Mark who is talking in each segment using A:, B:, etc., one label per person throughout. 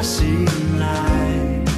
A: 醒来。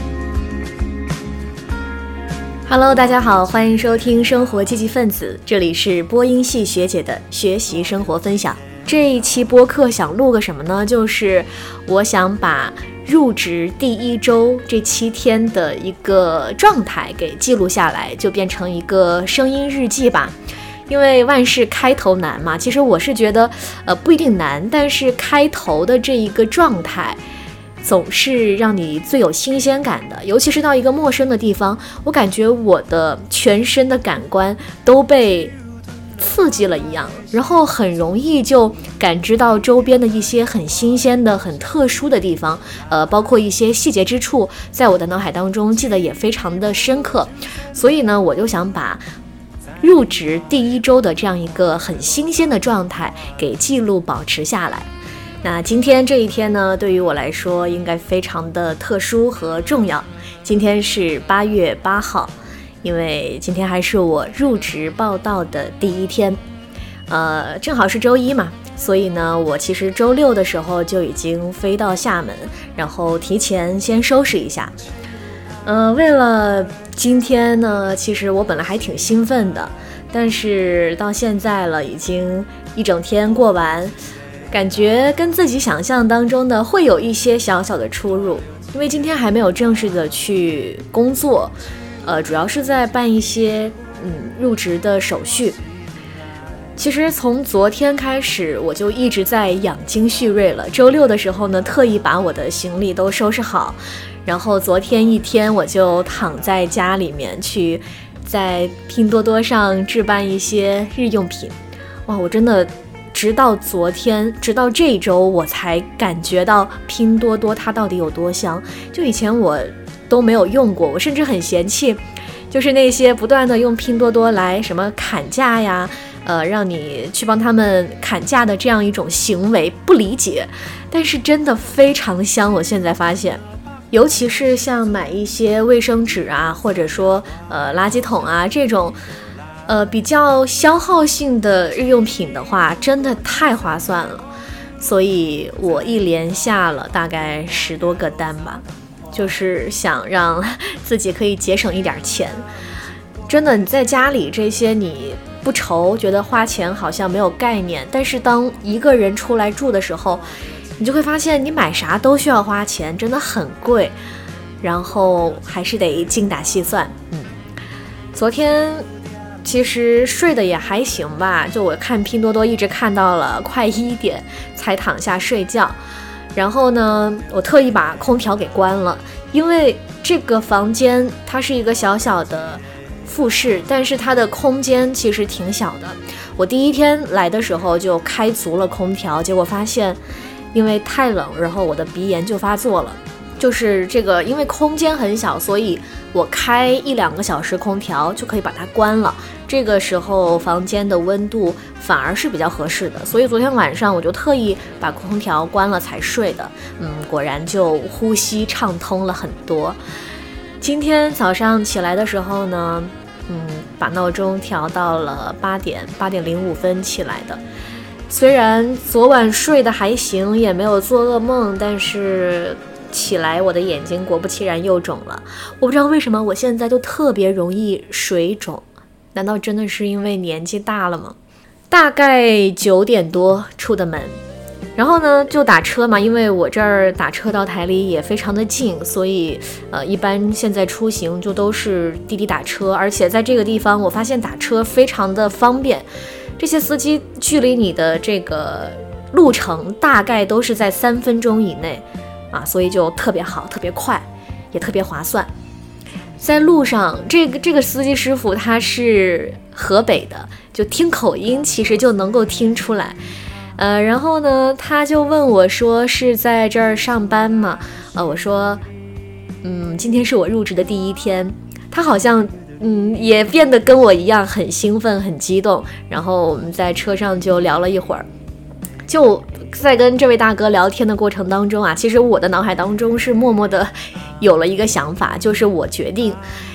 B: Hello， 大家好，欢迎收听生活积极分子，这里是播音系学姐的学习生活分享。这一期播客想录个什么呢？就是我想把入职第一周这7天的一个状态给记录下来，就变成一个声音日记吧。因为万事开头难嘛，其实我是觉得不一定难，但是开头的这一个状态总是让你最有新鲜感的，尤其是到一个陌生的地方，我感觉我的全身的感官都被刺激了一样，然后很容易就感知到周边的一些很新鲜的很特殊的地方，包括一些细节之处在我的脑海当中记得也非常的深刻。所以呢，我就想把入职第一周的这样一个很新鲜的状态给记录保持下来。那今天这一天呢，对于我来说应该非常的特殊和重要。今天是8月8号，因为今天还是我入职报到的第一天，正好是周一嘛，所以呢，我其实周六的时候就已经飞到厦门，然后提前先收拾一下。为了今天呢，其实我本来还挺兴奋的，但是到现在了，已经一整天过完，感觉跟自己想象当中的会有一些小小的出入，因为今天还没有正式的去工作，主要是在办一些入职的手续。其实从昨天开始我就一直在养精蓄锐了，周六的时候呢，特意把我的行李都收拾好，然后昨天一天我就躺在家里面去在拼多多上置办一些日用品。哇，我真的直到昨天，直到这一周我才感觉到拼多多它到底有多香，就以前我都没有用过，我甚至很嫌弃就是那些不断的用拼多多来什么砍价呀，让你去帮他们砍价的这样一种行为，不理解，但是真的非常香。我现在发现，尤其是像买一些卫生纸啊，或者说垃圾桶啊这种比较消耗性的日用品的话，真的太划算了。所以我一连下了大概10多个单吧，就是想让自己可以节省一点钱。真的，你在家里这些你不愁，觉得花钱好像没有概念，但是当一个人出来住的时候，你就会发现你买啥都需要花钱，真的很贵，然后还是得精打细算。昨天其实睡得也还行吧，就我看拼多多一直看到了快1点才躺下睡觉。然后呢，我特意把空调给关了，因为这个房间它是一个小小的复式，但是它的空间其实挺小的。我第一天来的时候就开足了空调，结果发现因为太冷，然后我的鼻炎就发作了。就是这个，因为空间很小，所以我开1-2个小时空调就可以把它关了，这个时候房间的温度反而是比较合适的，所以昨天晚上我就特意把空调关了才睡的。果然就呼吸畅通了很多。今天早上起来的时候呢，把闹钟调到了8点05分起来的。虽然昨晚睡得还行，也没有做噩梦，但是起来我的眼睛果不其然又肿了。我不知道为什么我现在就特别容易水肿，难道真的是因为年纪大了吗？大概9点多出的门，然后呢就打车嘛，因为我这儿打车到台里也非常的近，所以一般现在出行就都是滴滴打车，而且在这个地方我发现打车非常的方便，这些司机距离你的这个路程大概都是在3分钟以内啊，所以就特别好，特别快，也特别划算。在路上，这个司机师傅他是河北的，就听口音其实就能够听出来。然后呢，他就问我说是在这儿上班吗？我说，今天是我入职的第一天。他好像也变得跟我一样很兴奋很激动，然后我们在车上就聊了一会儿。就在跟这位大哥聊天的过程当中啊，其实我的脑海当中是默默的有了一个想法，就是我决定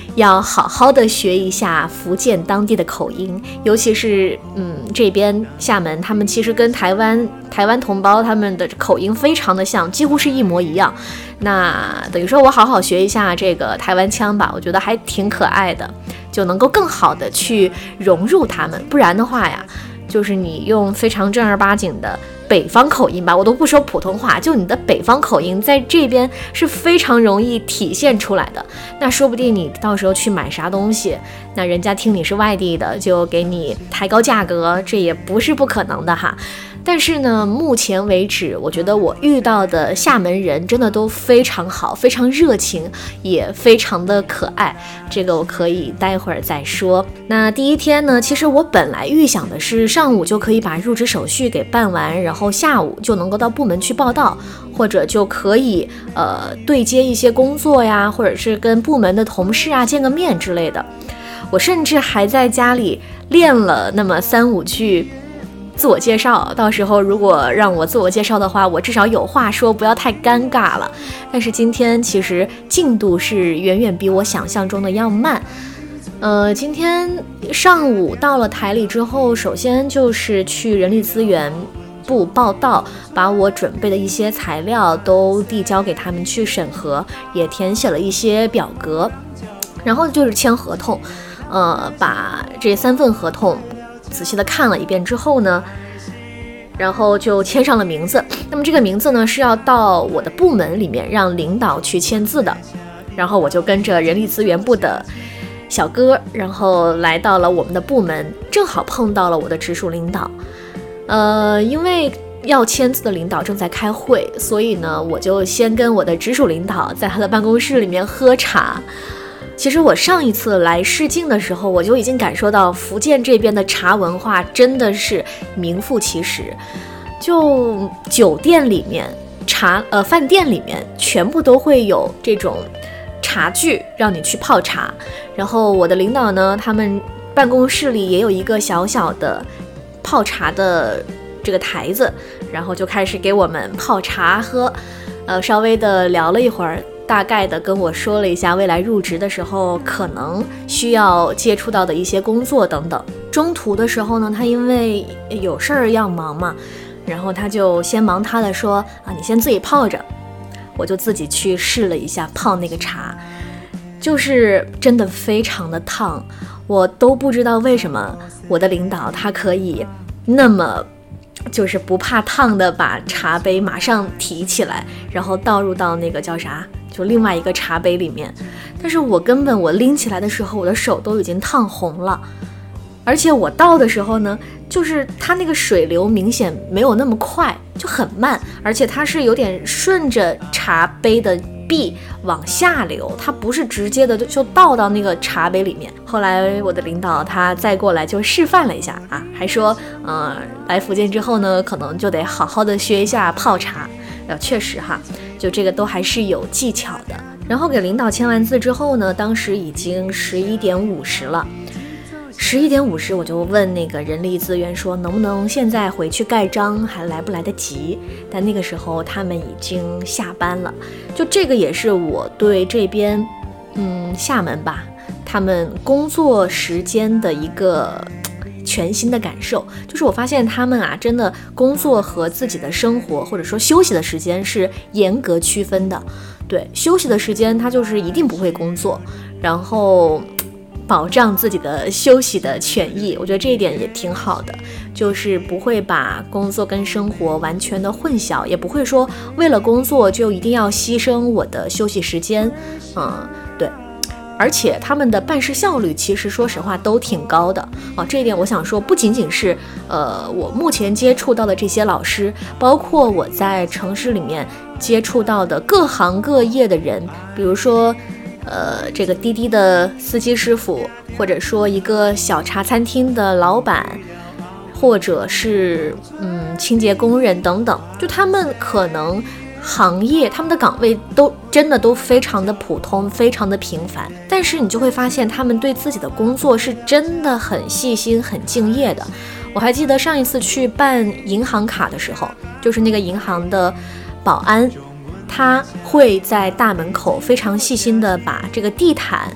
B: 要好好的学一下福建当地的口音，尤其是这边厦门，他们其实跟台湾同胞他们的口音非常的像，几乎是一模一样。那等于说我好好学一下这个台湾腔吧，我觉得还挺可爱的，就能够更好的去融入他们。不然的话呀，就是你用非常正儿八经的北方口音吧，我都不说普通话，就你的北方口音在这边是非常容易体现出来的。那说不定你到时候去买啥东西，那人家听你是外地的，就给你抬高价格，这也不是不可能的哈。但是呢，目前为止，我觉得我遇到的厦门人真的都非常好，非常热情，也非常的可爱。这个我可以待会儿再说。那第一天呢，其实我本来预想的是上午就可以把入职手续给办完，然后下午就能够到部门去报到，或者就可以对接一些工作呀，或者是跟部门的同事啊见个面之类的。我甚至还在家里练了那么3-5句自我介绍，到时候如果让我自我介绍的话，我至少有话说，不要太尴尬了。但是今天其实进度是远远比我想象中的要慢。今天上午到了台里之后，首先就是去人力资源部报到，把我准备的一些材料都递交给他们去审核，也填写了一些表格，然后就是签合同。把这3份合同仔细的看了一遍之后呢，然后就签上了名字。那么这个名字呢是要到我的部门里面让领导去签字的，然后我就跟着人力资源部的小哥，然后来到了我们的部门，正好碰到了我的直属领导。因为要签字的领导正在开会，所以呢我就先跟我的直属领导在他的办公室里面喝茶。其实我上一次来试镜的时候，我就已经感受到福建这边的茶文化真的是名副其实。就酒店里面、饭店里面全部都会有这种茶具让你去泡茶。然后我的领导呢，他们办公室里也有一个小小的泡茶的这个台子，然后就开始给我们泡茶喝。稍微的聊了一会儿，大概的跟我说了一下未来入职的时候可能需要接触到的一些工作等等。中途的时候呢，他因为有事儿要忙嘛，然后他就先忙他的说你先自己泡着。我就自己去试了一下泡那个茶，就是真的非常的烫。我都不知道为什么我的领导他可以那么就是不怕烫的把茶杯马上提起来，然后倒入到那个叫啥，就另外一个茶杯里面。但是我拎起来的时候，我的手都已经烫红了。而且我倒的时候呢，就是它那个水流明显没有那么快，就很慢，而且它是有点顺着茶杯的壁往下流，它不是直接的就倒到那个茶杯里面。后来我的领导他再过来就示范了一下还说来福建之后呢，可能就得好好的学一下泡茶。确实哈，就这个都还是有技巧的。然后给领导签完字之后呢，当时已经11点50了。11点50我就问那个人力资源说能不能现在回去盖章，还来不来得及。但那个时候他们已经下班了。就这个也是我对这边厦门吧，他们工作时间的一个全新的感受。就是我发现他们真的工作和自己的生活或者说休息的时间是严格区分的。对，休息的时间他就是一定不会工作，然后保障自己的休息的权益。我觉得这一点也挺好的，就是不会把工作跟生活完全的混淆，也不会说为了工作就一定要牺牲我的休息时间。对，而且他们的办事效率其实说实话都挺高的这一点我想说，不仅仅是我目前接触到的这些老师，包括我在城市里面接触到的各行各业的人，比如说这个滴滴的司机师傅，或者说一个小茶餐厅的老板，或者是清洁工人等等，就他们可能行业他们的岗位都真的都非常的普通，非常的平凡，但是你就会发现他们对自己的工作是真的很细心很敬业的。我还记得上一次去办银行卡的时候，就是那个银行的保安，他会在大门口非常细心的把这个地毯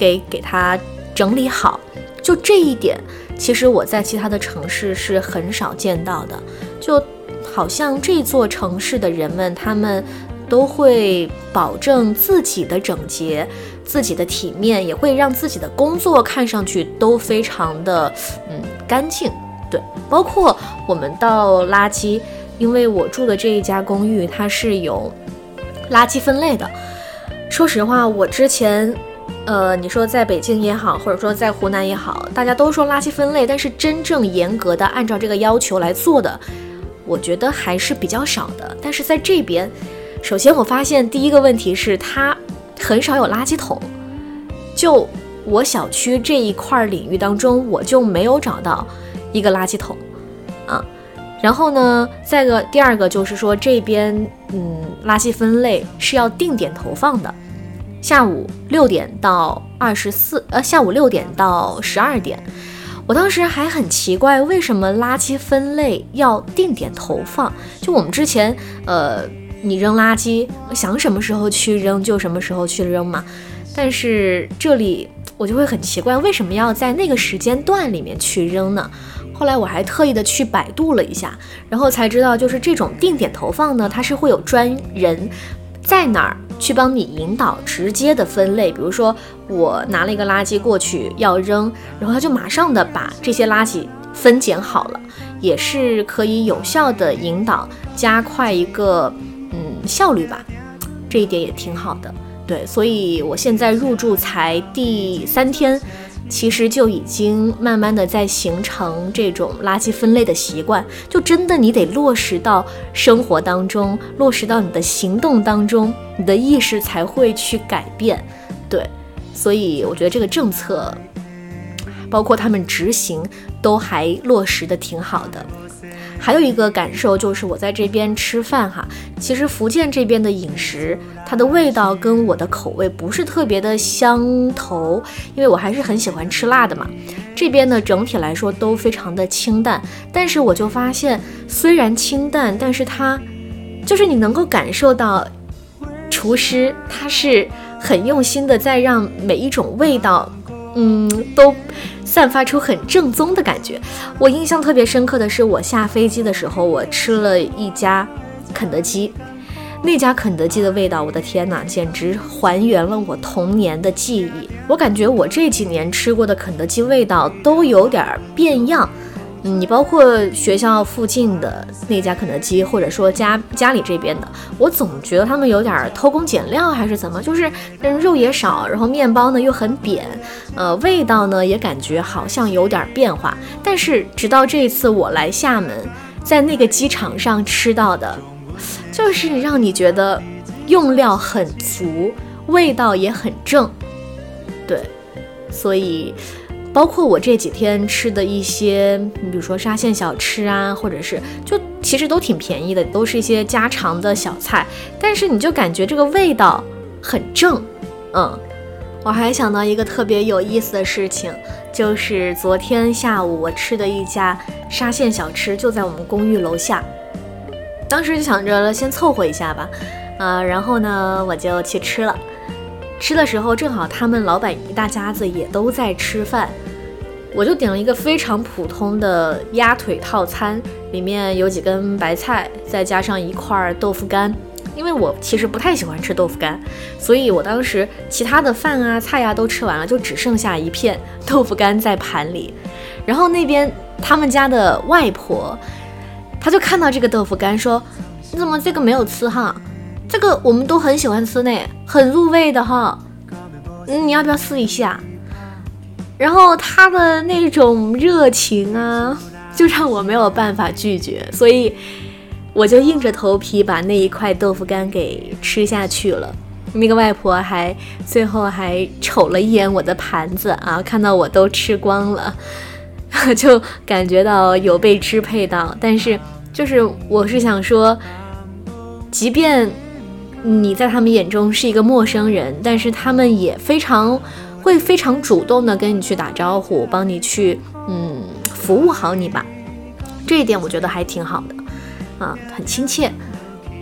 B: 给它整理好。就这一点，其实我在其他的城市是很少见到的，就好像这座城市的人们，他们都会保证自己的整洁，自己的体面，也会让自己的工作看上去都非常的干净。对，包括我们倒垃圾，因为我住的这一家公寓它是有垃圾分类的。说实话，我之前你说在北京也好，或者说在湖南也好，大家都说垃圾分类，但是真正严格的按照这个要求来做的，我觉得还是比较少的。但是在这边，首先我发现第一个问题是它很少有垃圾桶，就我小区这一块领域当中，我就没有找到一个垃圾桶啊。然后呢，第二个就是说这边垃圾分类是要定点投放的，下午6点到12点。我当时还很奇怪，为什么垃圾分类要定点投放？就我们之前你扔垃圾，想什么时候去扔就什么时候去扔嘛。但是这里我就会很奇怪，为什么要在那个时间段里面去扔呢？后来我还特意的去百度了一下，然后才知道，就是这种定点投放呢，它是会有专人在哪儿去帮你引导直接的分类。比如说我拿了一个垃圾过去要扔，然后他就马上的把这些垃圾分拣好了，也是可以有效的引导，加快一个效率吧，这一点也挺好的。对，所以我现在入住才第3天，其实就已经慢慢的在形成这种垃圾分类的习惯，就真的你得落实到生活当中，落实到你的行动当中，你的意识才会去改变。对，所以我觉得这个政策包括他们执行都还落实的挺好的。还有一个感受就是我在这边吃饭哈，其实福建这边的饮食，它的味道跟我的口味不是特别的相投，因为我还是很喜欢吃辣的嘛。这边呢整体来说都非常的清淡，但是我就发现虽然清淡，但是它就是你能够感受到厨师他是很用心的在让每一种味道都散发出很正宗的感觉。我印象特别深刻的是，我下飞机的时候，我吃了一家肯德基，那家肯德基的味道，我的天哪，简直还原了我童年的记忆。我感觉我这几年吃过的肯德基味道都有点变样。你包括学校附近的那家肯德基，或者说家里这边的，我总觉得他们有点偷工减料还是怎么，就是肉也少，然后面包呢又很扁，味道呢也感觉好像有点变化。但是直到这一次我来厦门，在那个机场上吃到的，就是让你觉得用料很足，味道也很正。对，所以包括我这几天吃的一些，比如说沙县小吃啊，或者是就其实都挺便宜的，都是一些家常的小菜，但是你就感觉这个味道很正。我还想到一个特别有意思的事情，就是昨天下午我吃的一家沙县小吃，就在我们公寓楼下。当时就想着先凑合一下吧，然后呢我就去吃了。吃的时候正好他们老板一大家子也都在吃饭，我就点了一个非常普通的鸭腿套餐，里面有几根白菜，再加上一块豆腐干。因为我其实不太喜欢吃豆腐干，所以我当时其他的饭啊菜啊都吃完了，就只剩下一片豆腐干在盘里。然后那边他们家的外婆，她就看到这个豆腐干说，你怎么这个没有吃哈？这个我们都很喜欢吃呢，很入味的哈，你要不要试一下？然后他的那种热情啊，就让我没有办法拒绝，所以我就硬着头皮把那一块豆腐干给吃下去了。那个外婆最后还瞅了一眼我的盘子啊，看到我都吃光了，就感觉到有被支配到。但是就是我是想说，即便你在他们眼中是一个陌生人，但是他们也非常主动的跟你去打招呼，帮你去服务好你吧。这一点我觉得还挺好的很亲切。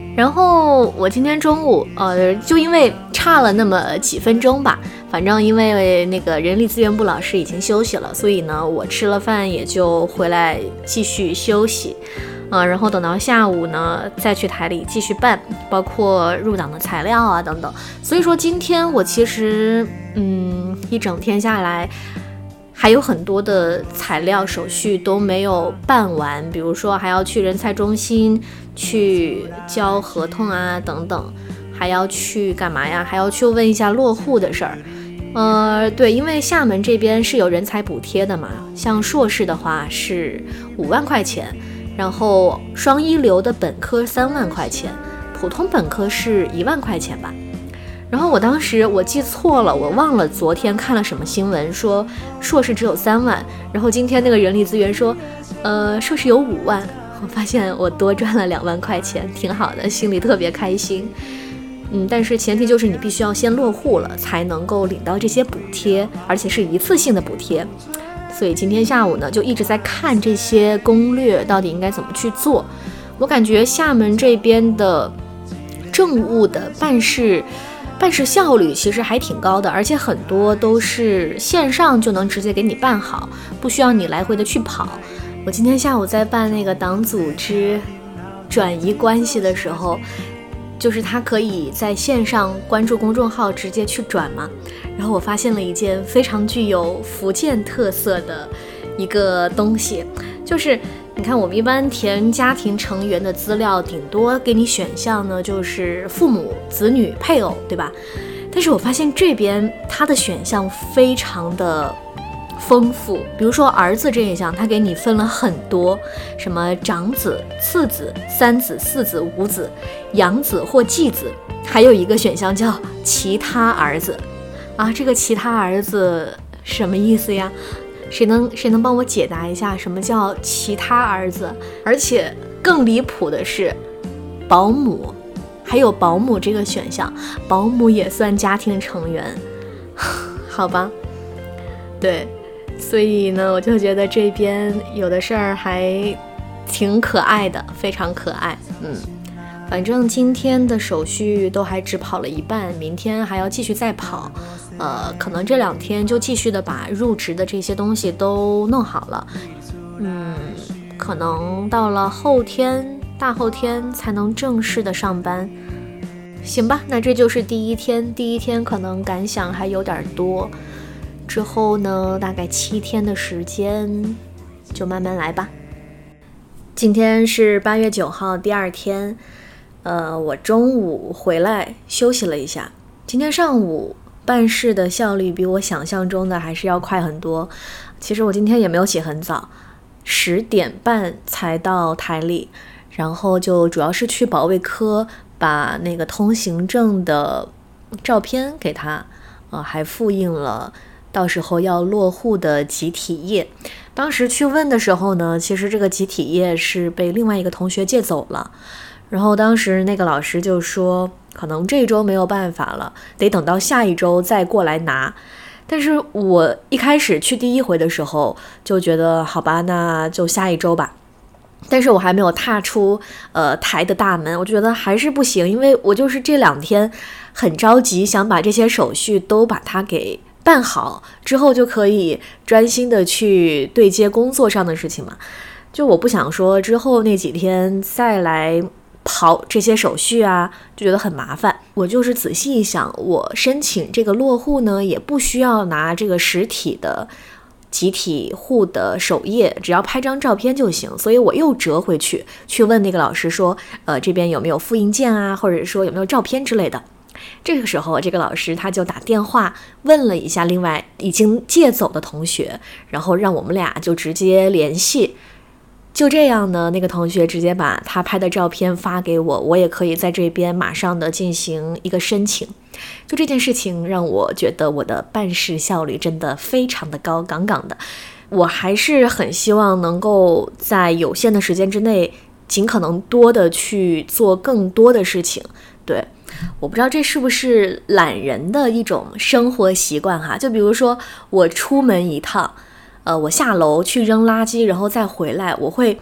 B: 然后我今天中午就因为差了那么几分钟吧，反正因为那个人力资源部老师已经休息了，所以呢我吃了饭也就回来继续休息然后等到下午呢再去台里继续办，包括入党的材料啊等等。所以说今天我其实一整天下来还有很多的材料手续都没有办完，比如说还要去人才中心去交合同啊等等，还要去干嘛呀？还要去问一下落户的事儿。对，因为厦门这边是有人才补贴的嘛，像硕士的话是5万块钱，然后双一流的本科3万块钱，普通本科是1万块钱吧。然后我当时我记错了，我忘了昨天看了什么新闻说硕士只有3万，然后今天那个人力资源说硕士有5万，我发现我多赚了2万块钱，挺好的，心里特别开心。但是前提就是你必须要先落户了才能够领到这些补贴，而且是一次性的补贴。所以今天下午呢就一直在看这些攻略到底应该怎么去做。我感觉厦门这边的政务的办事效率其实还挺高的，而且很多都是线上就能直接给你办好，不需要你来回的去跑。我今天下午在办那个党组织转移关系的时候，就是他可以在线上关注公众号直接去转嘛，然后我发现了一件非常具有福建特色的一个东西，就是你看我们一般填家庭成员的资料，顶多给你选项呢就是父母、子女、配偶，对吧？但是我发现这边它的选项非常的丰富，比如说儿子这一项，他给你分了很多，什么长子、次子、三子、四子、五子、养子或继子，还有一个选项叫其他儿子啊，这个其他儿子什么意思呀？谁能帮我解答一下什么叫其他儿子？而且更离谱的是保姆，还有保姆这个选项，保姆也算家庭成员好吧，对，所以呢我就觉得这边有的事儿还挺可爱的，非常可爱。反正今天的手续都还只跑了一半，明天还要继续再跑，可能这2天就继续的把入职的这些东西都弄好了，可能到了后天、大后天才能正式的上班，行吧？那这就是第一天可能感想还有点多，之后呢，大概7天的时间就慢慢来吧。今天是8月9号，第2天。我中午回来休息了一下。今天上午办事的效率比我想象中的还是要快很多。其实我今天也没有起很早，10点半才到台里，然后就主要是去保卫科把那个通行证的照片给他，还复印了到时候要落户的集体页。当时去问的时候呢，其实这个集体页是被另外一个同学借走了。然后当时那个老师就说可能这周没有办法了，得等到下一周再过来拿。但是我一开始去第1回的时候就觉得好吧，那就下一周吧。但是我还没有踏出台的大门，我觉得还是不行，因为我就是这2天很着急，想把这些手续都把它给办好，之后就可以专心的去对接工作上的事情嘛。就我不想说之后那几天再来跑这些手续啊，就觉得很麻烦。我就是仔细一想，我申请这个落户呢，也不需要拿这个实体的集体户的首页，只要拍张照片就行。所以我又折回去问那个老师说，这边有没有复印件啊，或者说有没有照片之类的。这个时候这个老师他就打电话问了一下另外已经借走的同学，然后让我们俩就直接联系。就这样呢，那个同学直接把他拍的照片发给我，我也可以在这边马上的进行一个申请。就这件事情让我觉得我的办事效率真的非常的高，杠杠的。我还是很希望能够在有限的时间之内尽可能多的去做更多的事情。对，我不知道这是不是懒人的一种生活习惯哈。就比如说我出门一趟，我下楼去扔垃圾然后再回来，我会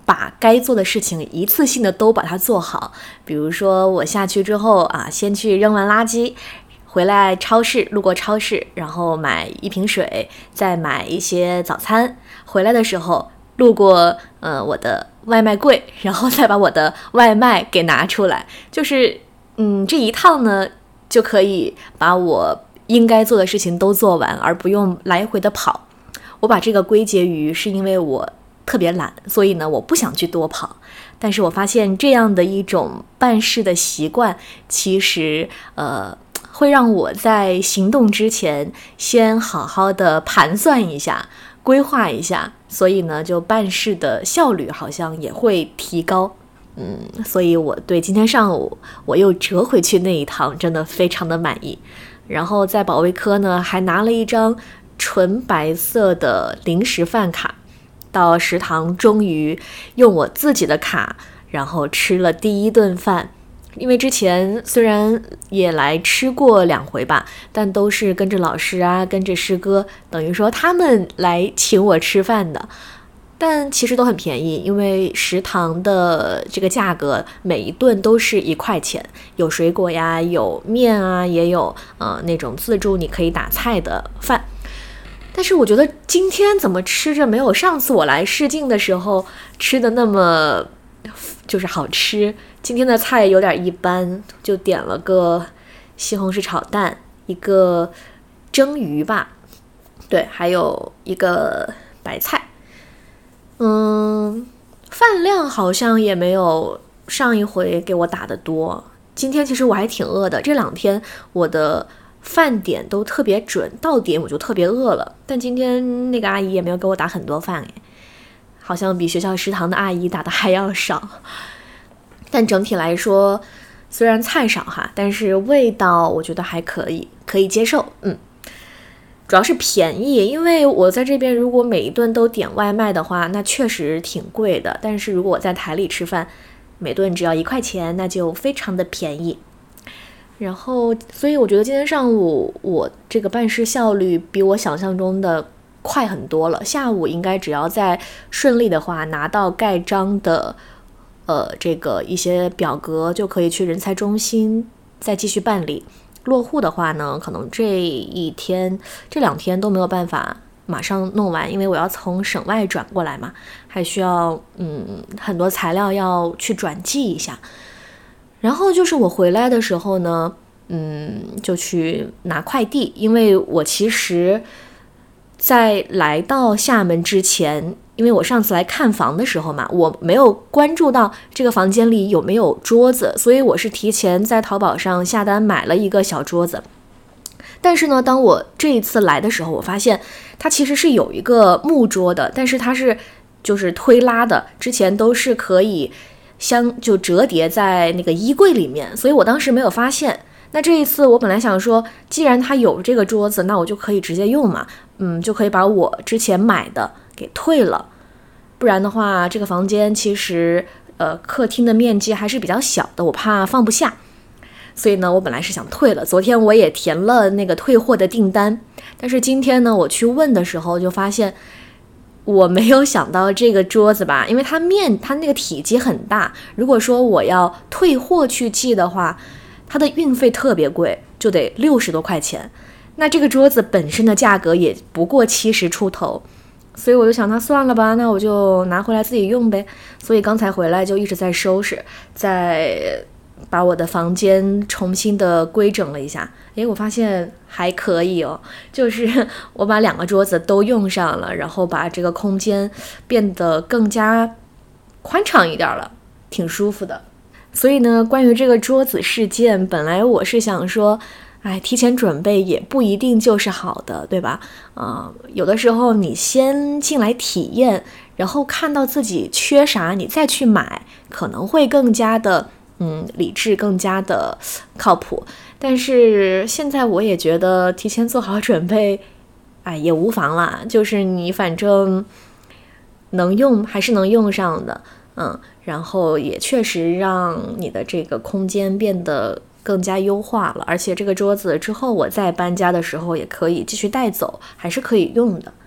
B: 把该做的事情一次性的都把它做好。比如说我下去之后啊，先去扔完垃圾，回来路过超市，然后买一瓶水，再买一些早餐，回来的时候路过我的外卖柜，然后再把我的外卖给拿出来，就是这一趟呢就可以把我应该做的事情都做完，而不用来回的跑。我把这个归结于是因为我特别懒，所以呢我不想去多跑。但是我发现这样的一种办事的习惯，其实会让我在行动之前先好好的盘算一下，规划一下，所以呢就办事的效率好像也会提高。所以我对今天上午我又折回去那一趟真的非常的满意。然后在保卫科呢还拿了一张纯白色的零食饭卡，到食堂终于用我自己的卡然后吃了第一顿饭。因为之前虽然也来吃过2回吧，但都是跟着老师啊，跟着师哥，等于说他们来请我吃饭的，但其实都很便宜，因为食堂的这个价格每一顿都是1块钱，有水果呀，有面啊，也有那种自助你可以打菜的饭。但是我觉得今天怎么吃着没有上次我来试镜的时候吃的那么就是好吃。今天的菜有点一般，就点了个西红柿炒蛋，一个蒸鱼吧，对，还有一个白菜。饭量好像也没有上一回给我打的多。今天其实我还挺饿的，这2天我的饭点都特别准，到点我就特别饿了。但今天那个阿姨也没有给我打很多饭，好像比学校食堂的阿姨打的还要少。但整体来说，虽然菜少哈，但是味道我觉得还可以接受。主要是便宜，因为我在这边如果每一顿都点外卖的话，那确实挺贵的。但是如果我在台里吃饭，每顿只要1块钱，那就非常的便宜。然后，所以我觉得今天上午我这个办事效率比我想象中的快很多了。下午应该只要再顺利的话，拿到盖章的这个一些表格，就可以去人才中心再继续办理。落户的话呢，可能这2天都没有办法马上弄完，因为我要从省外转过来嘛，还需要很多材料要去转寄一下。然后就是我回来的时候呢，就去拿快递，因为我其实在来到厦门之前，因为我上次来看房的时候嘛，我没有关注到这个房间里有没有桌子，所以我是提前在淘宝上下单买了一个小桌子。但是呢，当我这一次来的时候，我发现它其实是有一个木桌的，但是它是就是推拉的，之前都是可以就折叠在那个衣柜里面，所以我当时没有发现。那这一次我本来想说，既然它有这个桌子，那我就可以直接用嘛，就可以把我之前买的给退了。不然的话，这个房间其实客厅的面积还是比较小的，我怕放不下。所以呢，我本来是想退了，昨天我也填了那个退货的订单，但是今天呢，我去问的时候就发现我没有想到这个桌子吧，因为它那个体积很大，如果说我要退货去寄的话，它的运费特别贵，就得60多块钱。那这个桌子本身的价格也不过70出头，所以我就想那算了吧，那我就拿回来自己用呗。所以刚才回来就一直在收拾，在把我的房间重新的规整了一下。我发现还可以哦，就是我把2个桌子都用上了，然后把这个空间变得更加宽敞一点了，挺舒服的。所以呢，关于这个桌子事件，本来我是想说提前准备也不一定就是好的，对吧？有的时候你先进来体验，然后看到自己缺啥，你再去买，可能会更加的理智，更加的靠谱。但是现在我也觉得提前做好准备也无妨啦，就是你反正能用还是能用上的，然后也确实让你的这个空间变得更加优化了，而且这个桌子之后我再搬家的时候也可以继续带走，还是可以用的。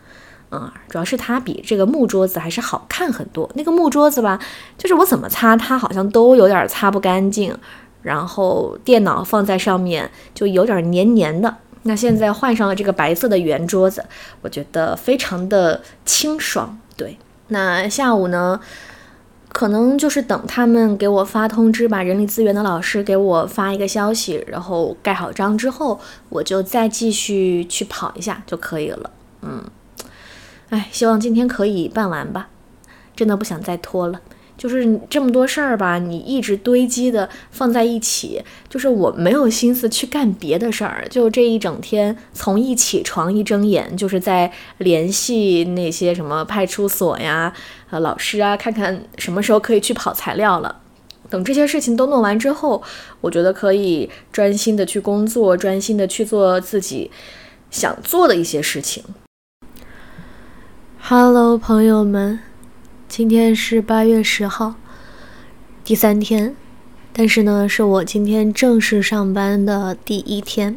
B: 主要是它比这个木桌子还是好看很多。那个木桌子吧，就是我怎么擦它好像都有点擦不干净，然后电脑放在上面就有点黏黏的。那现在换上了这个白色的圆桌子，我觉得非常的清爽。对，那下午呢，可能就是等他们给我发通知吧，人力资源的老师给我发一个消息，然后盖好章之后，我就再继续去跑一下就可以了。希望今天可以办完吧，真的不想再拖了。就是这么多事儿吧，你一直堆积的放在一起，就是我没有心思去干别的事儿，就这一整天从一起床一睁眼就是在联系那些什么派出所呀、老师啊，看看什么时候可以去跑材料了。等这些事情都弄完之后，我觉得可以专心的去工作，专心的去做自己想做的一些事情。Hello， 朋友们，今天是8月10号，第3天，但是呢，是我今天正式上班的第1天。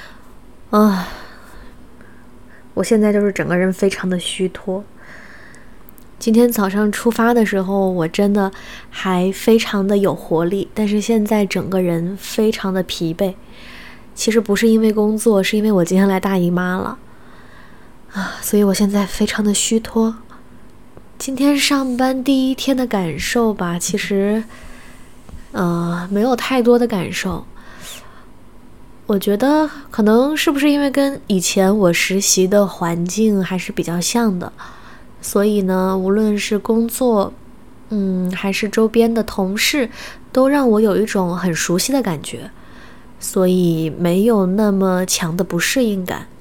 B: 我现在就是整个人非常的虚脱。今天早上出发的时候，我真的还非常的有活力，但是现在整个人非常的疲惫。其实不是因为工作，是因为我今天来大姨妈了。所以我现在非常的虚脱。今天上班第1天的感受吧，其实没有太多的感受。我觉得可能是不是因为跟以前我实习的环境还是比较像的，所以呢，无论是工作还是周边的同事，都让我有一种很熟悉的感觉，所以没有那么强的不适应感。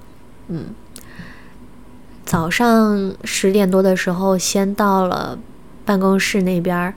B: 早上10点多的时候先到了办公室那边，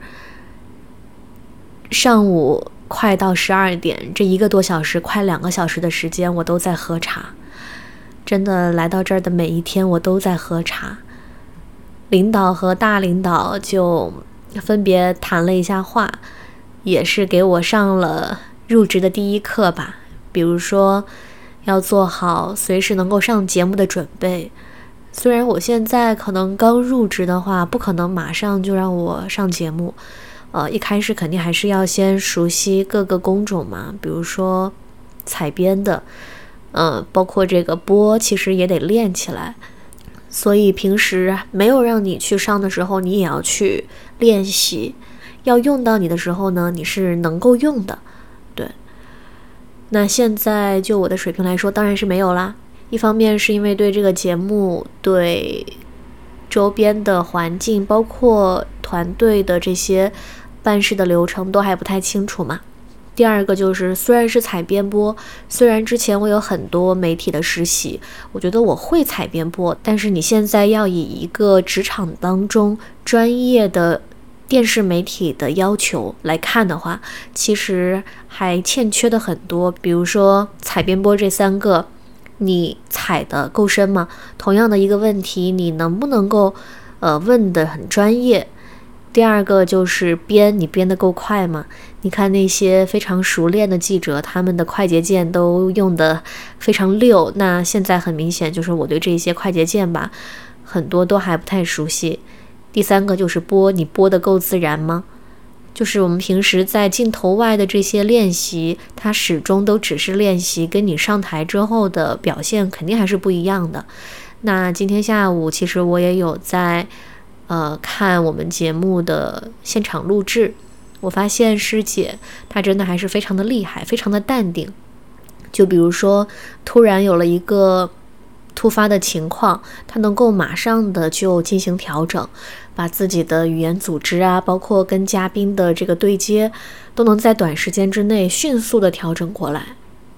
B: 上午快到12点，这1个多小时快2个小时的时间我都在喝茶。真的来到这儿的每一天我都在喝茶。领导和大领导就分别谈了一下话，也是给我上了入职的第一课吧，比如说要做好随时能够上节目的准备。虽然我现在可能刚入职的话，不可能马上就让我上节目，一开始肯定还是要先熟悉各个工种嘛，比如说采编的，包括这个播，其实也得练起来。所以平时没有让你去上的时候，你也要去练习，要用到你的时候呢，你是能够用的。对，那现在就我的水平来说，当然是没有啦。一方面是因为对这个节目、对周边的环境，包括团队的这些办事的流程都还不太清楚嘛。第二个就是虽然是采编播，虽然之前我有很多媒体的实习，我觉得我会采编播，但是你现在要以一个职场当中专业的电视媒体的要求来看的话，其实还欠缺的很多。比如说采编播这3个，你踩的够深吗？同样的一个问题，你能不能够问得很专业？第二个就是你编得够快吗？你看那些非常熟练的记者，他们的快捷键都用得非常溜。那现在很明显就是我对这些快捷键吧，很多都还不太熟悉。第3个就是你播得够自然吗？就是我们平时在镜头外的这些练习，它始终都只是练习，跟你上台之后的表现肯定还是不一样的。那今天下午其实我也有在看我们节目的现场录制，我发现师姐她真的还是非常的厉害，非常的淡定。就比如说突然有了一个突发的情况，他能够马上的就进行调整，把自己的语言组织啊，包括跟嘉宾的这个对接，都能在短时间之内迅速的调整过来。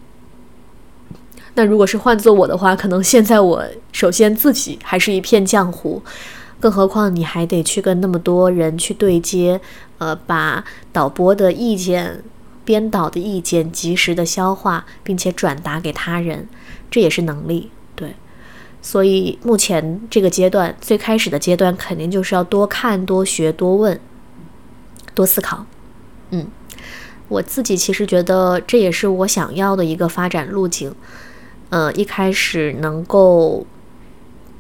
B: 那如果是换做我的话，可能现在我首先自己还是一片浆糊，更何况你还得去跟那么多人去对接，把导播的意见、编导的意见及时的消化，并且转达给他人，这也是能力。对，所以目前这个阶段，最开始的阶段肯定就是要多看、多学、多问、多思考。我自己其实觉得这也是我想要的一个发展路径。一开始能够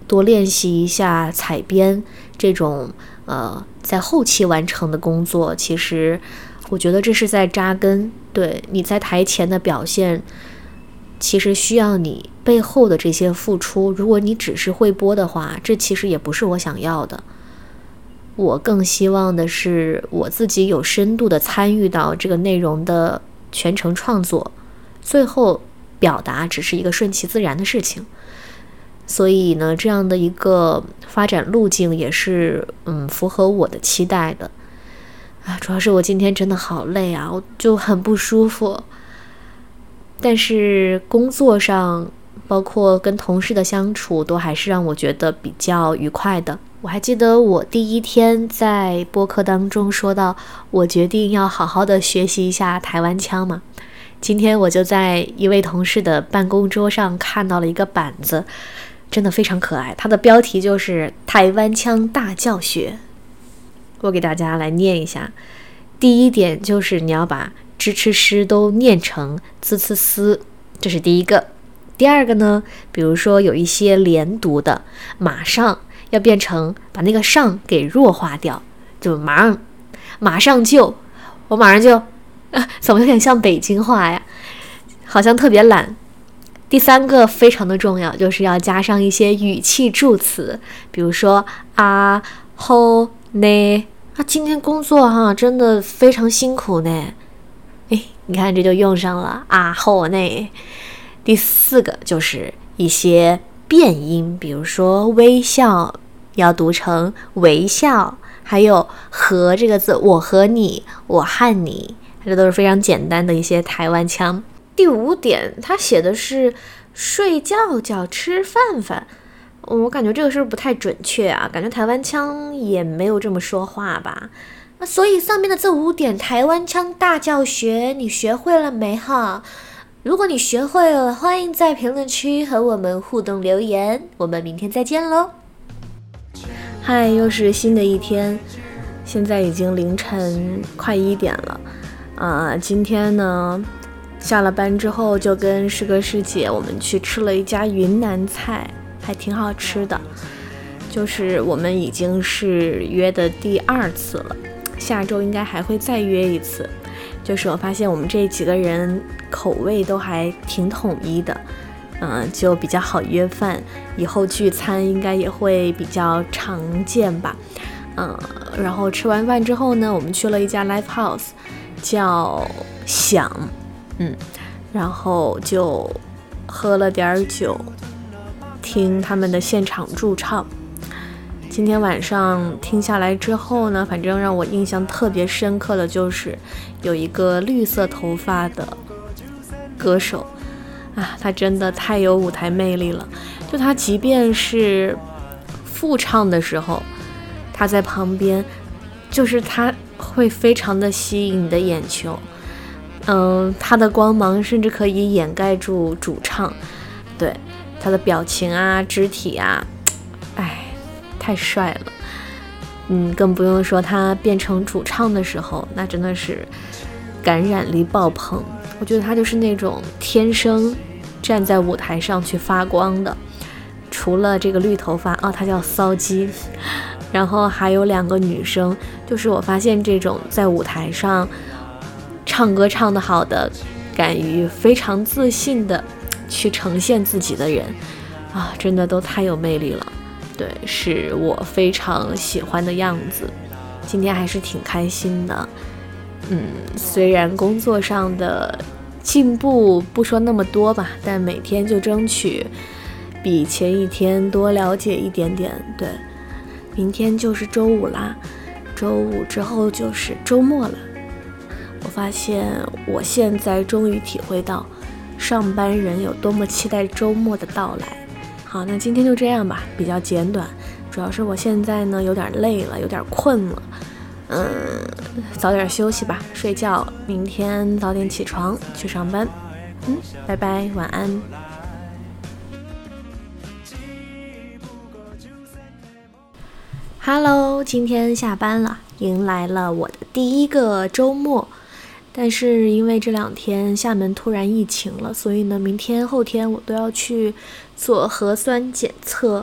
B: 多练习一下采编这种在后期完成的工作，其实我觉得这是在扎根。对，你在台前的表现其实需要你背后的这些付出，如果你只是会播的话，这其实也不是我想要的。我更希望的是我自己有深度的参与到这个内容的全程创作，最后表达只是一个顺其自然的事情。所以呢，这样的一个发展路径也是符合我的期待的。主要是我今天真的好累啊，我就很不舒服。但是工作上包括跟同事的相处都还是让我觉得比较愉快的。我还记得我第一天在播客当中说到，我决定要好好的学习一下台湾腔嘛。今天我就在一位同事的办公桌上看到了一个板子，真的非常可爱，它的标题就是台湾腔大教学。我给大家来念一下。第一点就是你要把支吃诗都念成滋呲丝，这是第一个。第二个呢，比如说有一些连读的，马上要变成把那个上给弱化掉，就马上就，我马上就，怎么有点像北京话呀，好像特别懒。第三个非常的重要，就是要加上一些语气助词，比如说啊、吼、呢。今天工作真的非常辛苦呢。你看这就用上了啊、吼、呢。第四个就是一些变音，比如说微笑要读成微笑，还有和这个字，我和你，我和你，这都是非常简单的一些台湾腔。第五点，他写的是睡觉叫吃饭饭，我感觉这个是不是不太准确啊？感觉台湾腔也没有这么说话吧。所以上面的这5点台湾腔大教学，你学会了没哈？如果你学会了，欢迎在评论区和我们互动留言。我们明天再见喽！嗨，又是新的一天，现在已经凌晨快1点了。今天呢，下了班之后就跟师哥师姐我们去吃了一家云南菜，还挺好吃的。就是我们已经是约的第2次了，下周应该还会再约一次。就是我发现我们这几个人口味都还挺统一的，就比较好约饭，以后聚餐应该也会比较常见吧。然后吃完饭之后呢，我们去了一家 live house， 叫响，然后就喝了点酒，听他们的现场驻唱。今天晚上听下来之后呢，反正让我印象特别深刻的就是有一个绿色头发的歌手他真的太有舞台魅力了。就他即便是复唱的时候，他在旁边，就是他会非常的吸引你的眼球。他的光芒甚至可以掩盖住主唱，对他的表情肢体太帅了。更不用说他变成主唱的时候，那真的是感染力爆棚。我觉得他就是那种天生站在舞台上去发光的。除了这个绿头发他叫骚鸡，然后还有2个女生，就是我发现这种在舞台上唱歌唱得好的，敢于非常自信的去呈现自己的人真的都太有魅力了。对，是我非常喜欢的样子。今天还是挺开心的。虽然工作上的进步不说那么多吧，但每天就争取比前一天多了解一点点。对，明天就是周五啦，周五之后就是周末了。我发现我现在终于体会到上班人有多么期待周末的到来。好，那今天就这样吧，比较简短，主要是我现在呢有点累了，有点困了，早点休息吧，睡觉，明天早点起床去上班。拜拜，晚安。Hello， 今天下班了，迎来了我的第1个周末。但是因为这2天厦门突然疫情了，所以呢，明天后天我都要去做核酸检测，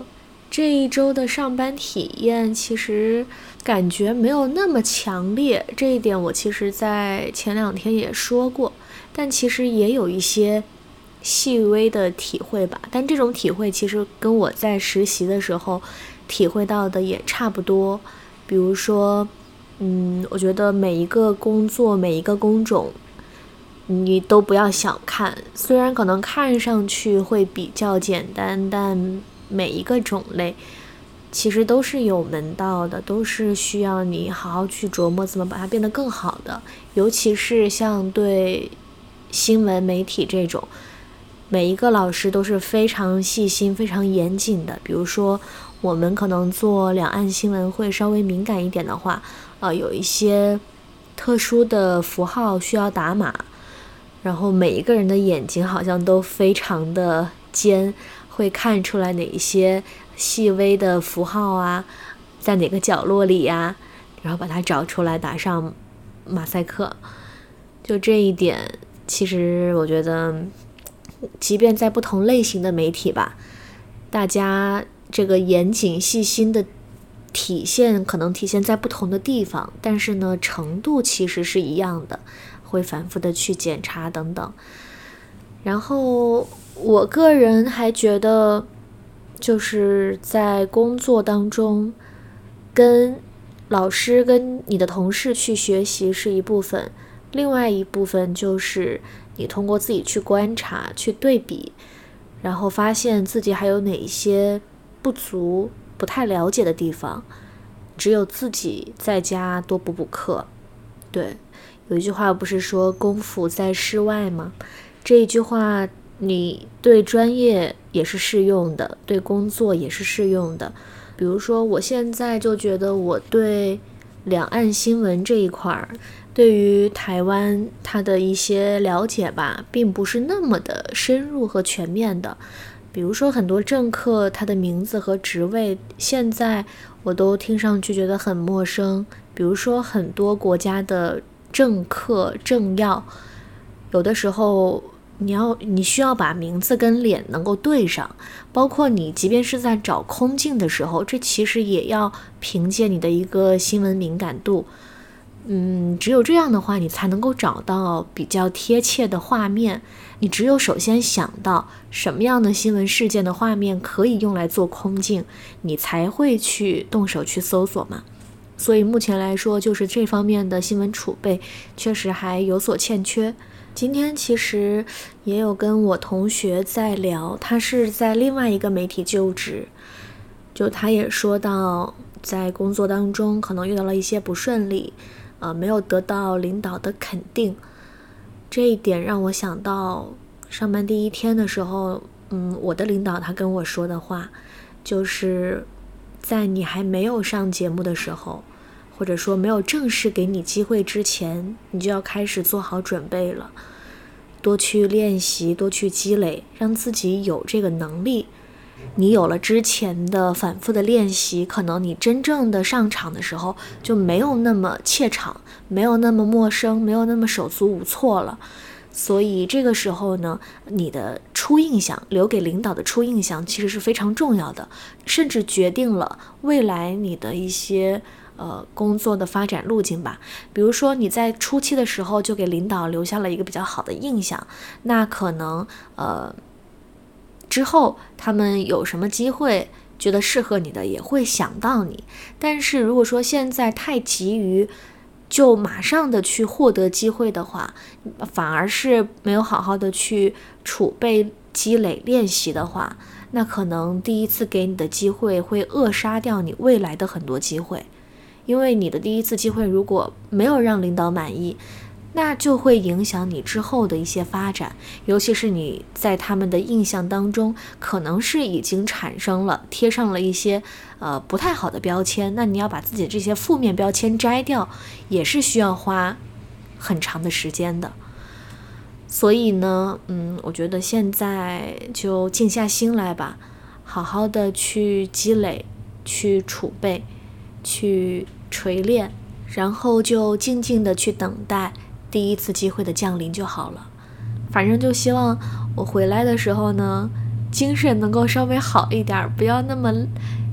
B: 这一周的上班体验其实感觉没有那么强烈，这一点我其实在前2天也说过，但其实也有一些细微的体会吧。但这种体会其实跟我在实习的时候体会到的也差不多。比如说我觉得每一个工作每一个工种你都不要小看，虽然可能看上去会比较简单，但每一个种类其实都是有门道的，都是需要你好好去琢磨怎么把它变得更好的。尤其是像对新闻媒体这种，每一个老师都是非常细心非常严谨的。比如说我们可能做两岸新闻会稍微敏感一点的话，有一些特殊的符号需要打码，然后每一个人的眼睛好像都非常的尖，会看出来哪一些细微的符号啊，在哪个角落里呀，然后把它找出来打上马赛克。就这一点，其实我觉得即便在不同类型的媒体吧，大家这个严谨细心的体现可能体现在不同的地方，但是呢程度其实是一样的，会反复的去检查等等。然后我个人还觉得就是在工作当中跟老师跟你的同事去学习是一部分，另外一部分就是你通过自己去观察去对比，然后发现自己还有哪一些不足不太了解的地方，只有自己在家多补补课。对，有一句话不是说功夫在室外吗？这一句话你对专业也是适用的，对工作也是适用的。比如说我现在就觉得我对两岸新闻这一块，对于台湾它的一些了解吧，并不是那么的深入和全面的。比如说很多政客他的名字和职位现在我都听上去觉得很陌生，比如说很多家的政客政要，有的时候你需要把名字跟脸能够对上，包括你即便是在找空镜的时候，这其实也要凭借你的一个新闻敏感度。只有这样的话你才能够找到比较贴切的画面，你只有首先想到什么样的新闻事件的画面可以用来做空镜，你才会去动手去搜索嘛。所以目前来说就是这方面的新闻储备确实还有所欠缺。今天其实也有跟我同学在聊，他是在另外一个媒体就职，就他也说到在工作当中可能遇到了一些不顺利，没有得到领导的肯定。这一点让我想到上班第1天的时候，我的领导他跟我说的话，就是在你还没有上节目的时候，或者说没有正式给你机会之前，你就要开始做好准备了，多去练习，多去积累，让自己有这个能力。你有了之前的反复的练习，可能你真正的上场的时候就没有那么怯场，没有那么陌生，没有那么手足无措了。所以这个时候呢，你的初印象，留给领导的初印象其实是非常重要的，甚至决定了未来你的一些工作的发展路径吧。比如说你在初期的时候就给领导留下了一个比较好的印象，那可能之后他们有什么机会觉得适合你的也会想到你。但是如果说现在太急于就马上的去获得机会的话，反而是没有好好的去储备积累练习的话，那可能第一次给你的机会会扼杀掉你未来的很多机会。因为你的第一次机会如果没有让领导满意，那就会影响你之后的一些发展，尤其是你在他们的印象当中可能是已经产生了贴上了一些不太好的标签，那你要把自己这些负面标签摘掉，也是需要花很长的时间的。所以呢我觉得现在就静下心来吧，好好的去积累，去储备，去锤炼，然后就静静的去等待第一次机会的降临就好了。反正就希望我回来的时候呢，精神能够稍微好一点，不要那么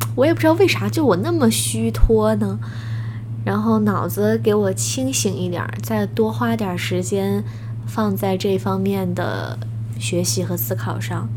B: 我也不知道为啥就我那么虚脱呢，然后脑子给我清醒一点，再多花点时间放在这方面的学习和思考上，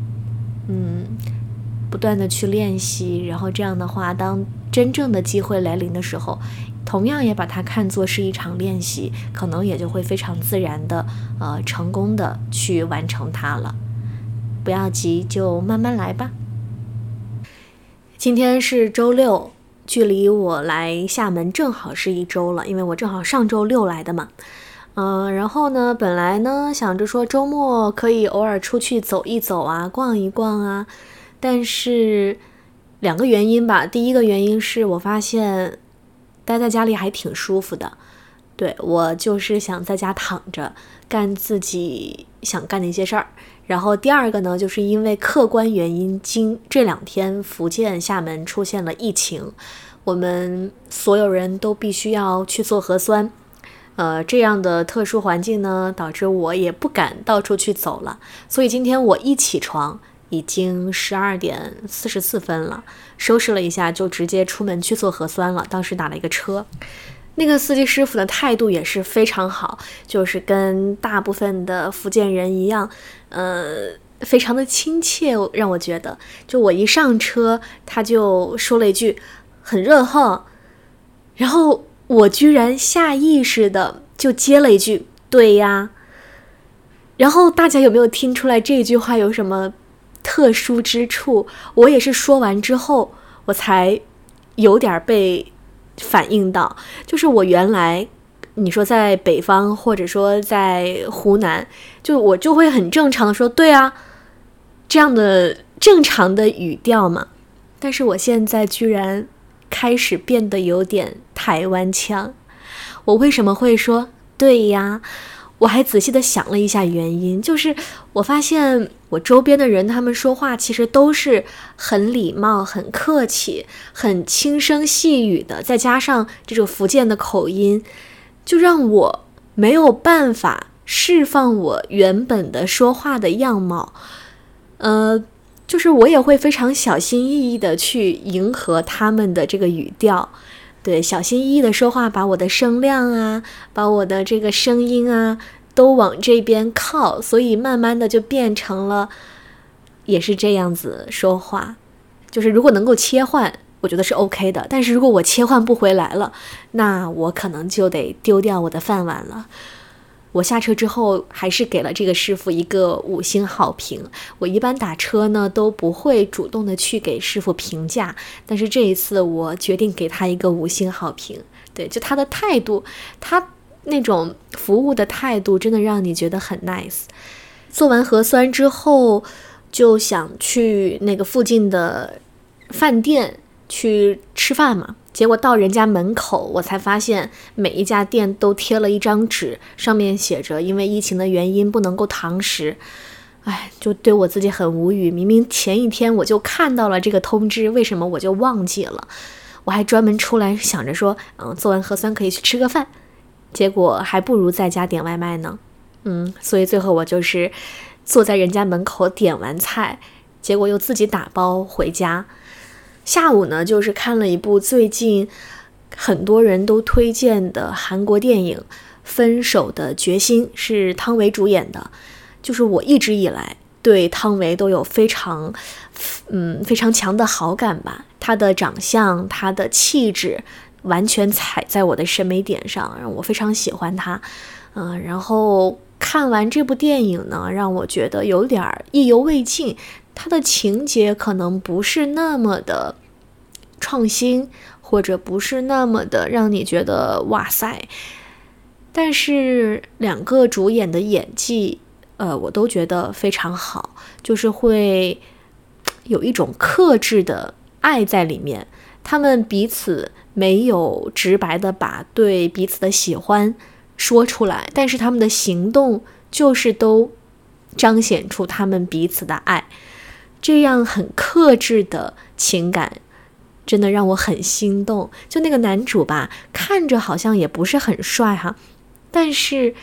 B: 不断的去练习，然后这样的话，当真正的机会来临的时候，同样也把它看作是一场练习，可能也就会非常自然的成功的去完成它了。不要急，就慢慢来吧。今天是周六，距离我来厦门正好是1周了，因为我正好上周6来的嘛。然后呢，本来呢想着说周末可以偶尔出去走一走啊，逛一逛啊，但是2个原因吧。第一个原因是我发现待在家里还挺舒服的，对，我就是想在家躺着干自己想干的一些事儿。然后第二个呢，就是因为客观原因，这2天福建厦门出现了疫情，我们所有人都必须要去做核酸。这样的特殊环境呢，导致我也不敢到处去走了。所以今天我一起床已经12点44分了，收拾了一下就直接出门去做核酸了。当时打了一个车，那个司机师傅的态度也是非常好，就是跟大部分的福建人一样，非常的亲切，让我觉得，就我一上车，他就说了一句很热哈，然后我居然下意识的就接了一句对呀。然后大家有没有听出来这句话有什么特殊之处？我也是说完之后我才有点被反应到，就是我原来你说在北方或者说在湖南，就我就会很正常的说对啊，这样的正常的语调嘛。但是我现在居然开始变得有点台湾腔。我为什么会说对呀？我还仔细的想了一下原因，就是我发现我周边的人他们说话其实都是很礼貌、很客气、很轻声细语的，再加上这种福建的口音，就让我没有办法释放我原本的说话的样貌。就是我也会非常小心翼翼的去迎合他们的这个语调，对，小心翼翼的说话，把我的声量啊，把我的这个声音啊都往这边靠，所以慢慢的就变成了也是这样子说话。就是如果能够切换，我觉得是 OK 的，但是如果我切换不回来了，那我可能就得丢掉我的饭碗了。我下车之后还是给了这个师傅一个5星好评。我一般打车呢都不会主动的去给师傅评价，但是这一次我决定给他一个5星好评。对，就他的态度，他那种服务的态度真的让你觉得很 nice。 做完核酸之后就想去那个附近的饭店去吃饭嘛，结果到人家门口我才发现每一家店都贴了一张纸，上面写着因为疫情的原因不能够堂食。就对我自己很无语，明明前一天我就看到了这个通知，为什么我就忘记了？我还专门出来想着说做完核酸可以去吃个饭，结果还不如在家点外卖呢。所以最后我就是坐在人家门口点完菜，结果又自己打包回家。下午呢，就是看了一部最近很多人都推荐的韩国电影《分手的决心》，是汤唯主演的。就是我一直以来对汤唯都有非常强的好感吧，她的长相，她的气质完全踩在我的审美点上，让我非常喜欢她。然后看完这部电影呢，让我觉得有点意犹未尽，它的情节可能不是那么的创新，或者不是那么的让你觉得哇塞，但是2个主演的演技我都觉得非常好，就是会有一种克制的爱在里面。他们彼此没有直白的把对彼此的喜欢说出来，但是他们的行动就是都彰显出他们彼此的爱。这样很克制的情感真的让我很心动。就那个男主吧，看着好像也不是很帅哈，但是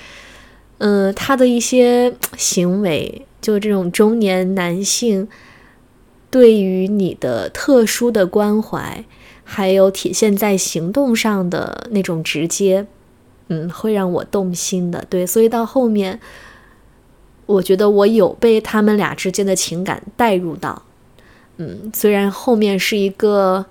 B: 他的一些行为，就这种中年男性对于你的特殊的关怀，还有体现在行动上的那种直接，会让我动心的。对，所以到后面我觉得我有被他们俩之间的情感带入到，虽然后面是一个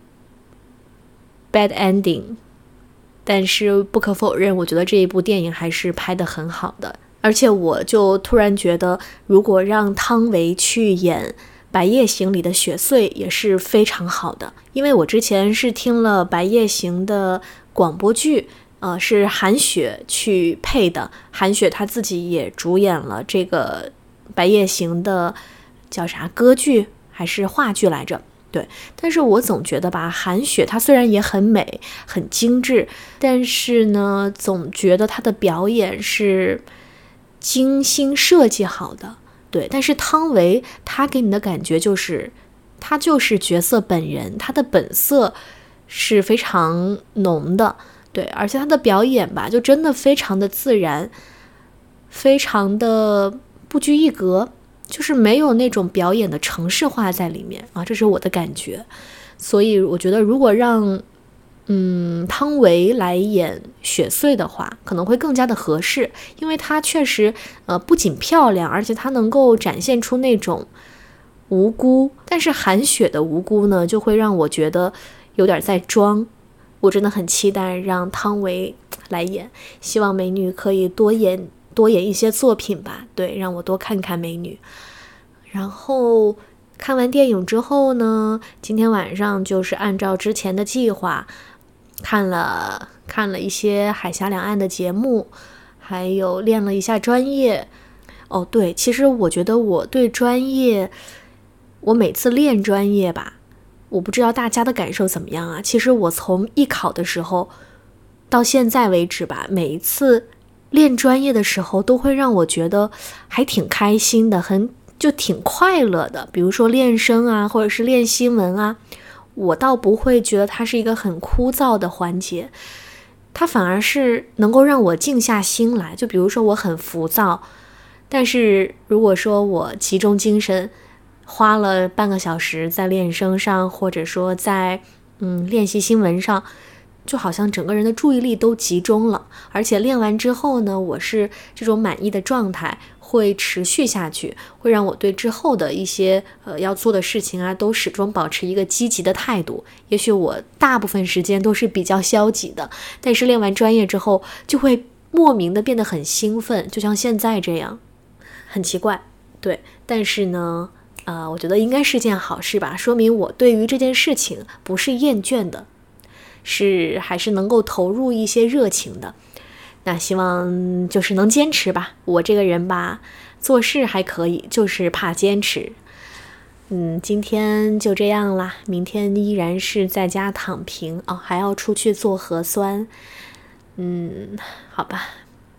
B: bad ending， 但是不可否认，我觉得这一部电影还是拍得很好的。而且我就突然觉得，如果让汤唯去演《白夜行》里的雪穗也是非常好的。因为我之前是听了《白夜行》的广播剧，是韩雪去配的，韩雪她自己也主演了这个《白夜行》的叫啥歌剧还是话剧来着。对，但是我总觉得吧，韩雪她虽然也很美很精致，但是呢总觉得她的表演是精心设计好的。对，但是汤唯她给你的感觉就是她就是角色本人，她的本色是非常浓的。对，而且她的表演吧就真的非常的自然，非常的不拘一格，就是没有那种表演的程式化在里面啊，这是我的感觉。所以我觉得如果让汤唯来演雪穗的话，可能会更加的合适，因为她确实不仅漂亮，而且她能够展现出那种无辜。但是韩雪的无辜呢，就会让我觉得有点在装。我真的很期待让汤唯来演，希望美女可以多演一些作品吧，对，让我多看看美女。然后看完电影之后呢，今天晚上就是按照之前的计划看了一些海峡两岸的节目，还有练了一下专业。对，其实我觉得我对专业，我每次练专业吧，我不知道大家的感受怎么样啊。其实我从艺考的时候到现在为止吧，每一次练专业的时候都会让我觉得还挺开心的，就挺快乐的。比如说练声啊，或者是练新闻啊，我倒不会觉得它是一个很枯燥的环节，它反而是能够让我静下心来。就比如说我很浮躁，但是如果说我集中精神花了半个小时在练声上，或者说在练习新闻上，就好像整个人的注意力都集中了。而且练完之后呢，我是这种满意的状态会持续下去，会让我对之后的一些要做的事情啊，都始终保持一个积极的态度。也许我大部分时间都是比较消极的，但是练完专业之后就会莫名的变得很兴奋，就像现在这样，很奇怪。对，但是呢我觉得应该是件好事吧，说明我对于这件事情不是厌倦的，还是能够投入一些热情的。那希望就是能坚持吧，我这个人吧，做事还可以，就是怕坚持。今天就这样啦，明天依然是在家躺平还要出去做核酸。好吧。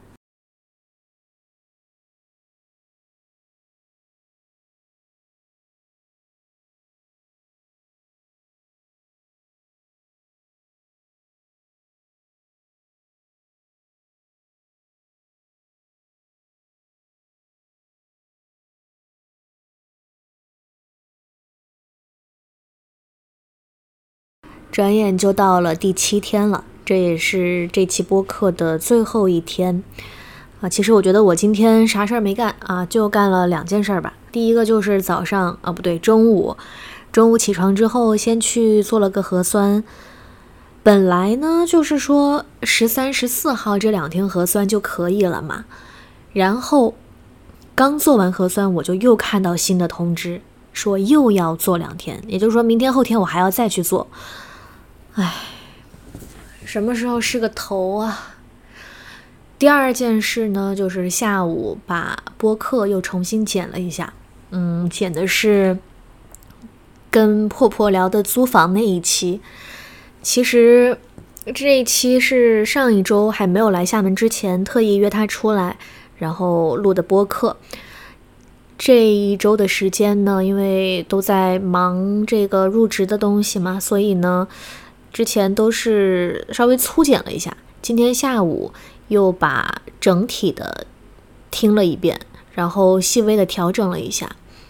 B: 转眼就到了第7天了，这也是这期播客的最后一天其实我觉得我今天啥事儿没干就干了2件事吧。第一个就是早上中午起床之后先去做了个核酸。本来呢就是说13、14号这2天核酸就可以了嘛，然后刚做完核酸我就又看到新的通知说又要做2天，也就是说明天后天我还要再去做。什么时候是个头啊？第二件事呢，就是下午把播客又重新剪了一下。剪的是跟破破聊的租房那一期。其实这一期是上一周还没有来厦门之前特意约他出来然后录的播客。这一周的时间呢，因为都在忙这个入职的东西嘛，所以呢之前都是稍微粗剪了一下，今天下午又把整体的听了一遍，然后细微的调整了一下。我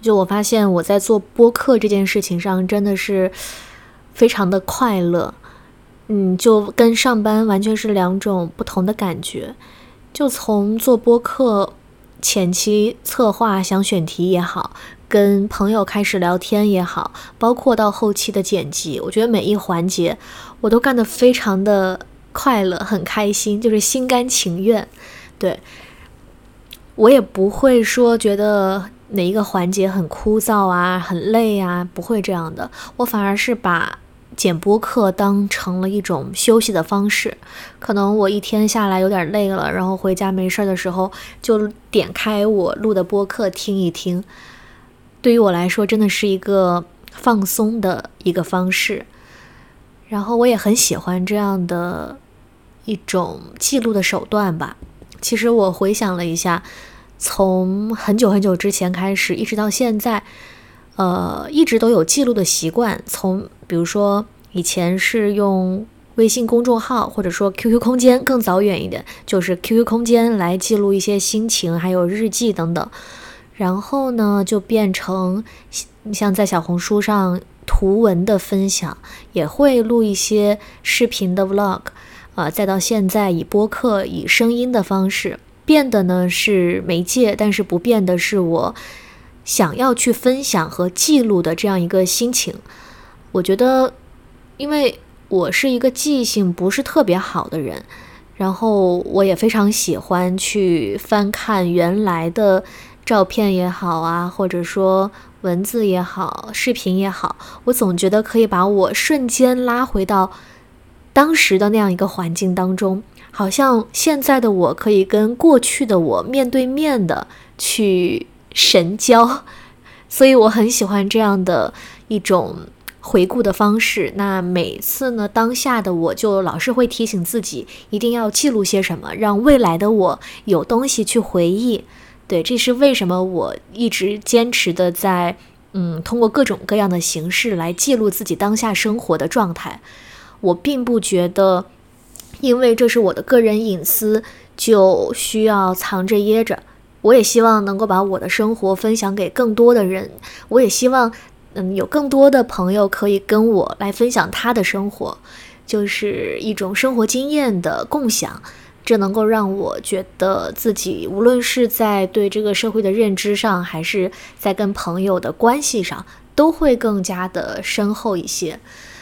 B: 就我发现我在做播客这件事情上真的是非常的快乐，就跟上班完全是两种不同的感觉。就从做播客前期策划想选题也好，跟朋友开始聊天也好，包括到后期的剪辑，我觉得每一环节我都干得非常的快乐，很开心，就是心甘情愿。对，我也不会说觉得哪一个环节很枯燥啊，很累啊，不会这样的。我反而是把剪播客当成了一种休息的方式。可能我一天下来有点累了，然后回家没事的时候就点开我录的播客听一听，对于我来说真的是一个放松的一个方式。然后我也很喜欢这样的一种记录的手段吧。其实我回想了一下，从很久很久之前开始一直到现在，一直都有记录的习惯。从比如说以前是用微信公众号，或者说 QQ 空间，更早远一点就是 QQ 空间来记录一些心情还有日记等等。然后呢就变成像在小红书上图文的分享，也会录一些视频的 vlog，再到现在以播客以声音的方式。变的呢是媒介，但是不变的是我想要去分享和记录的这样一个心情。我觉得因为我是一个记性不是特别好的人，然后我也非常喜欢去翻看原来的照片也好啊，或者说文字也好，视频也好，我总觉得可以把我瞬间拉回到当时的那样一个环境当中，好像现在的我可以跟过去的我面对面的去神交，所以我很喜欢这样的一种回顾的方式。那每次呢，当下的我就老是会提醒自己一定要记录些什么，让未来的我有东西去回忆。对，这是为什么我一直坚持的在通过各种各样的形式来记录自己当下生活的状态。我并不觉得因为这是我的个人隐私就需要藏着掖着，我也希望能够把我的生活分享给更多的人，我也希望有更多的朋友可以跟我来分享他的生活，就是一种生活经验的共享。这能够让我觉得自己无论是在对这个社会的认知上，还是在跟朋友的关系上，都会更加的深厚一些。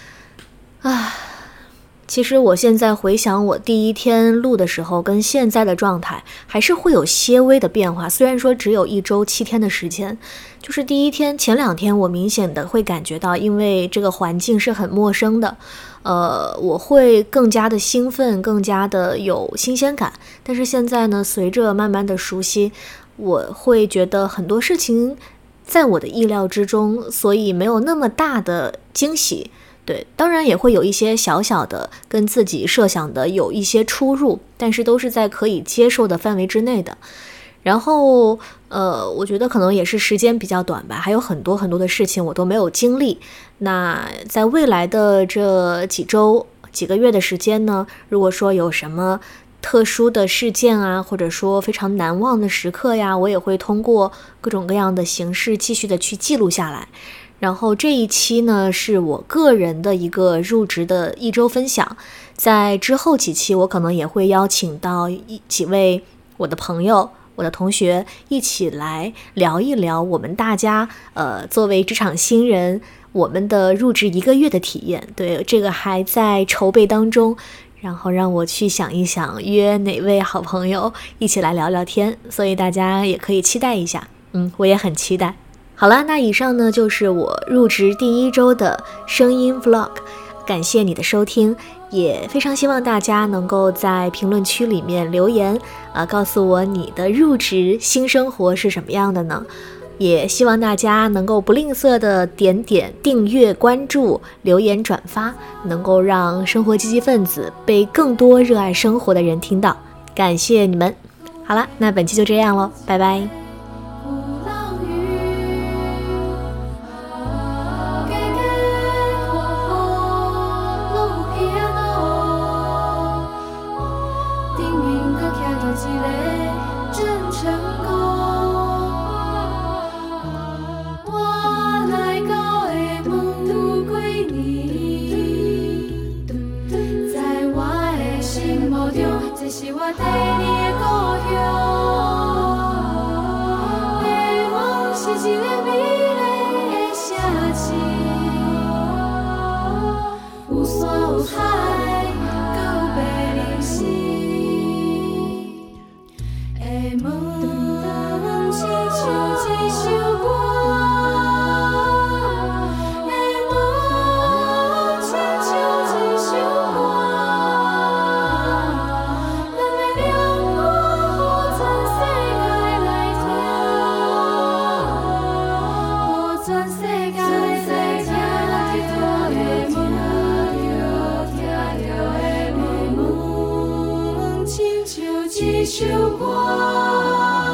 B: 其实我现在回想我第一天录的时候跟现在的状态还是会有些微的变化，虽然说只有1周7天的时间。就是第一天前2天我明显的会感觉到，因为这个环境是很陌生的，我会更加的兴奋，更加的有新鲜感。但是现在呢，随着慢慢的熟悉，我会觉得很多事情在我的意料之中，所以没有那么大的惊喜。对，当然也会有一些小小的跟自己设想的有一些出入，但是都是在可以接受的范围之内的。然后我觉得可能也是时间比较短吧，还有很多很多的事情我都没有经历。那在未来的这几周几个月的时间呢，如果说有什么特殊的事件啊，或者说非常难忘的时刻呀，我也会通过各种各样的形式继续的去记录下来。然后这一期呢是我个人的一个入职的1周分享，在之后几期我可能也会邀请到几位我的朋友我的同学一起来聊一聊我们大家作为职场新人我们的入职1个月的体验。对，这个还在筹备当中，然后让我去想一想约哪位好朋友一起来聊聊天，所以大家也可以期待一下。我也很期待。好了，那以上呢就是我入职第1周的声音 vlog， 感谢你的收听，也非常希望大家能够在评论区里面留言告诉我你的入职新生活是什么样的呢？也希望大家能够不吝啬的点点订阅关注留言转发，能够让生活积极分子被更多热爱生活的人听到，感谢你们。好了，那本期就这样咯，拜拜。一个真成功。
A: 祈求光。